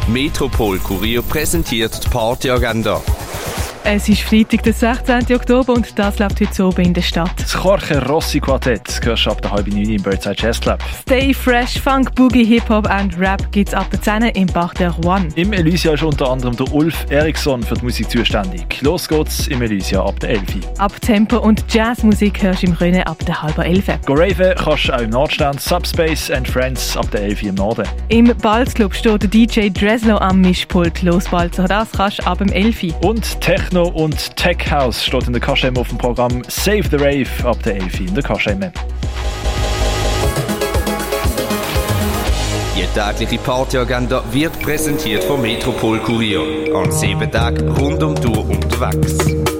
Metropol Kurier präsentiert die Partyagenda. Es ist Freitag, der 16. Oktober und das läuft heute oben in der Stadt. Das Jorge Rossi Quartett hörst du ab der 8:30 im Birdside Jazz Club. Stay Fresh, Funk, Boogie, Hip-Hop und Rap gibt's ab der 10 im Bach der One. Im Elysia ist unter anderem der Ulf Eriksson für die Musik zuständig. Los geht's im Elysia ab der 11. Ab Tempo und Jazzmusik hörst du im Röne ab der 10:30. Go raven kannst du auch im Nordstand, Subspace and Friends ab der 11 im Norden. Im Balzclub steht der DJ Dreslo am Mischpult. Los Balzer, das kannst du ab dem 11. Und Techno und Tech House steht in der Kaschemme auf dem Programm Save the Rave ab der 11 in der Kaschemme. Die tägliche Partyagenda wird präsentiert vom Metropol Kurier. An 7 Tagen rund um die Uhr unterwegs.